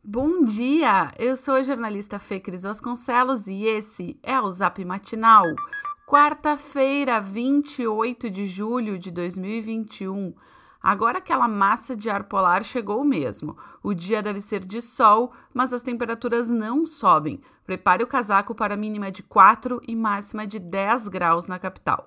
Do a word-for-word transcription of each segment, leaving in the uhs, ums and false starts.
Bom dia! Eu sou a jornalista Fê Cris Vasconcelos e esse é o Zap Matinal. Quarta-feira, vinte e oito de julho de dois mil e vinte e um. Agora aquela massa de ar polar chegou mesmo. O dia deve ser de sol, mas as temperaturas não sobem. Prepare o casaco para a mínima de quatro e máxima de dez graus na capital.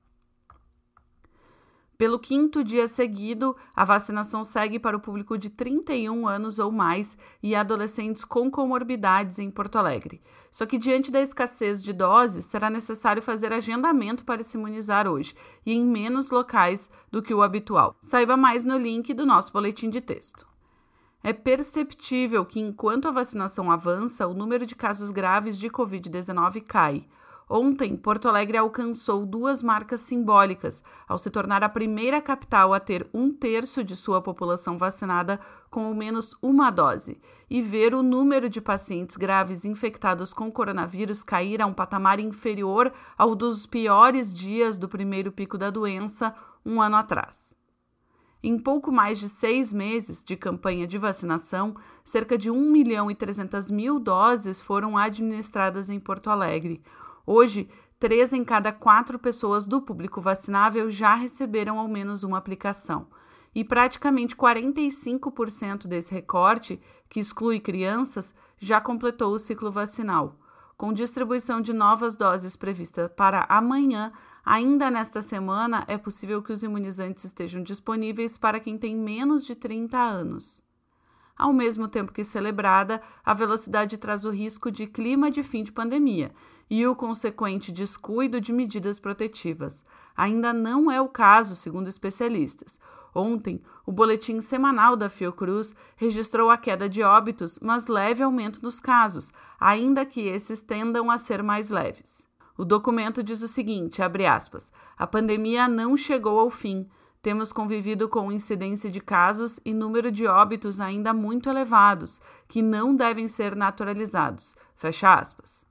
Pelo quinto dia seguido, a vacinação segue para o público de trinta e um anos ou mais e adolescentes com comorbidades em Porto Alegre. Só que diante da escassez de doses, será necessário fazer agendamento para se imunizar hoje e em menos locais do que o habitual. Saiba mais no link do nosso boletim de texto. É perceptível que, enquanto a vacinação avança, o número de casos graves de covid dezenove cai. Ontem, Porto Alegre alcançou duas marcas simbólicas, ao se tornar a primeira capital a ter um terço de sua população vacinada com ao menos uma dose, e ver o número de pacientes graves infectados com coronavírus cair a um patamar inferior ao dos piores dias do primeiro pico da doença, um ano atrás. Em pouco mais de seis meses de campanha de vacinação, cerca de um milhão e trezentas mil doses foram administradas em Porto Alegre. Hoje, três em cada quatro pessoas do público vacinável já receberam ao menos uma aplicação. E praticamente quarenta e cinco por cento desse recorte, que exclui crianças, já completou o ciclo vacinal. Com distribuição de novas doses prevista para amanhã, ainda nesta semana é possível que os imunizantes estejam disponíveis para quem tem menos de trinta anos. Ao mesmo tempo que celebrada, a velocidade traz o risco de clima de fim de pandemia e o consequente descuido de medidas protetivas. Ainda não é o caso, segundo especialistas. Ontem, o boletim semanal da Fiocruz registrou a queda de óbitos, mas leve aumento nos casos, ainda que esses tendam a ser mais leves. O documento diz o seguinte, abre aspas, a pandemia não chegou ao fim. Temos convivido com incidência de casos e número de óbitos ainda muito elevados, que não devem ser naturalizados. Fecha aspas.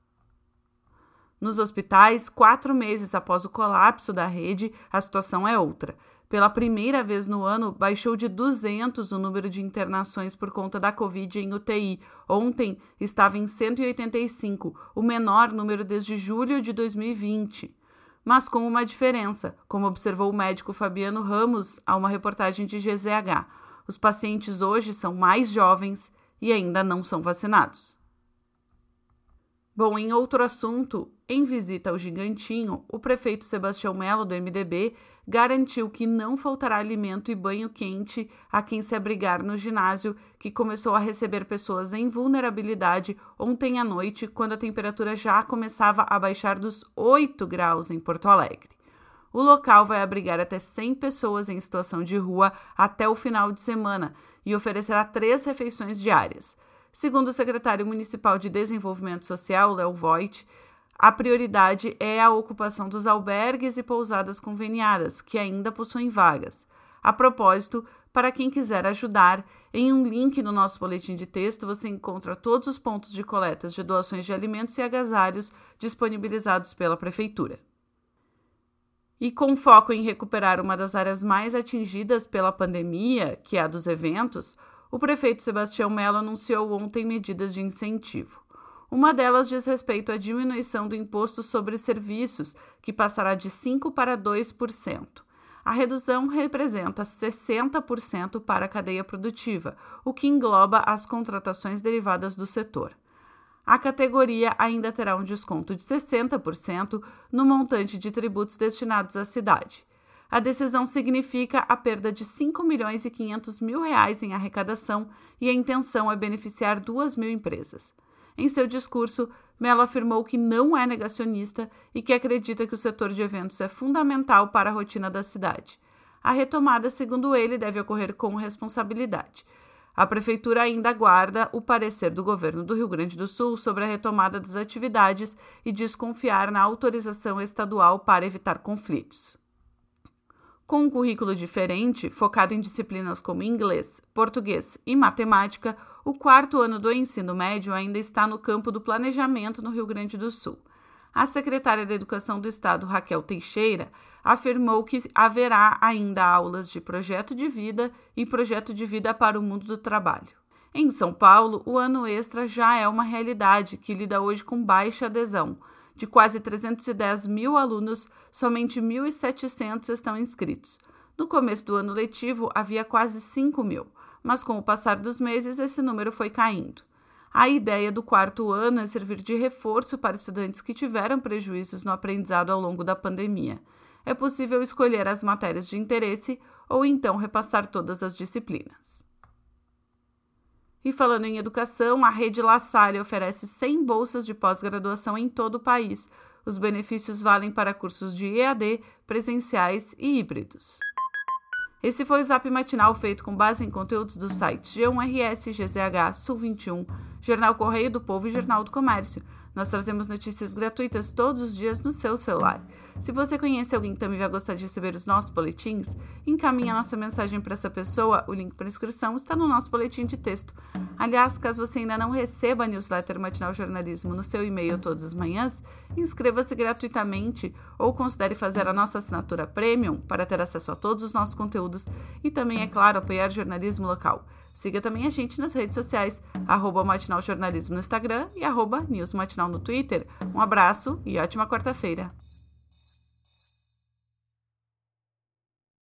Nos hospitais, quatro meses após o colapso da rede, a situação é outra. Pela primeira vez no ano, baixou de duzentos o número de internações por conta da Covid em U T I. Ontem estava em cento e oitenta e cinco, o menor número desde julho de dois mil e vinte. Mas com uma diferença, como observou o médico Fabiano Ramos a uma reportagem de G Z H. Os pacientes hoje são mais jovens e ainda não são vacinados. Bom, em outro assunto, em visita ao Gigantinho, o prefeito Sebastião Melo, do M D B, garantiu que não faltará alimento e banho quente a quem se abrigar no ginásio, que começou a receber pessoas em vulnerabilidade ontem à noite, quando a temperatura já começava a baixar dos oito graus em Porto Alegre. O local vai abrigar até cem pessoas em situação de rua até o final de semana e oferecerá três refeições diárias. Segundo o secretário municipal de Desenvolvimento Social, Léo Voigt, a prioridade é a ocupação dos albergues e pousadas conveniadas, que ainda possuem vagas. A propósito, para quem quiser ajudar, em um link no nosso boletim de texto você encontra todos os pontos de coletas de doações de alimentos e agasalhos disponibilizados pela Prefeitura. E com foco em recuperar uma das áreas mais atingidas pela pandemia, que é a dos eventos, o prefeito Sebastião Melo anunciou ontem medidas de incentivo. Uma delas diz respeito à diminuição do imposto sobre serviços, que passará de cinco por cento para dois por cento. A redução representa sessenta por cento para a cadeia produtiva, o que engloba as contratações derivadas do setor. A categoria ainda terá um desconto de sessenta por cento no montante de tributos destinados à cidade. A decisão significa a perda de cinco milhões e quinhentos mil reais em arrecadação e a intenção é beneficiar duas mil empresas. Em seu discurso, Melo afirmou que não é negacionista e que acredita que o setor de eventos é fundamental para a rotina da cidade. A retomada, segundo ele, deve ocorrer com responsabilidade. A Prefeitura ainda aguarda o parecer do governo do Rio Grande do Sul sobre a retomada das atividades e diz confiar na autorização estadual para evitar conflitos. Com um currículo diferente, focado em disciplinas como inglês, português e matemática, o quarto ano do ensino médio ainda está no campo do planejamento no Rio Grande do Sul. A secretária da Educação do Estado, Raquel Teixeira, afirmou que haverá ainda aulas de projeto de vida e projeto de vida para o mundo do trabalho. Em São Paulo, o ano extra já é uma realidade que lida hoje com baixa adesão. De quase trezentos e dez mil alunos, somente mil e setecentos estão inscritos. No começo do ano letivo, havia quase cinco mil, mas com o passar dos meses, esse número foi caindo. A ideia do quarto ano é servir de reforço para estudantes que tiveram prejuízos no aprendizado ao longo da pandemia. É possível escolher as matérias de interesse ou então repassar todas as disciplinas. E falando em educação, a rede La Salle oferece cem bolsas de pós-graduação em todo o país. Os benefícios valem para cursos de E A D, presenciais e híbridos. Esse foi o Zap Matinal feito com base em conteúdos dos sites G um R S, G Z H, Sul vinte e um, Jornal Correio do Povo e Jornal do Comércio. Nós trazemos notícias gratuitas todos os dias no seu celular. Se você conhece alguém que também vai gostar de receber os nossos boletins, encaminhe a nossa mensagem para essa pessoa. O link para inscrição está no nosso boletim de texto. Aliás, caso você ainda não receba a newsletter Matinal Jornalismo no seu e-mail todas as manhãs, inscreva-se gratuitamente ou considere fazer a nossa assinatura Premium para ter acesso a todos os nossos conteúdos e também, é claro, apoiar o jornalismo local. Siga também a gente nas redes sociais, arroba Matinal Jornalismo no Instagram e arroba News Matinal no Twitter. Um abraço e ótima quarta-feira!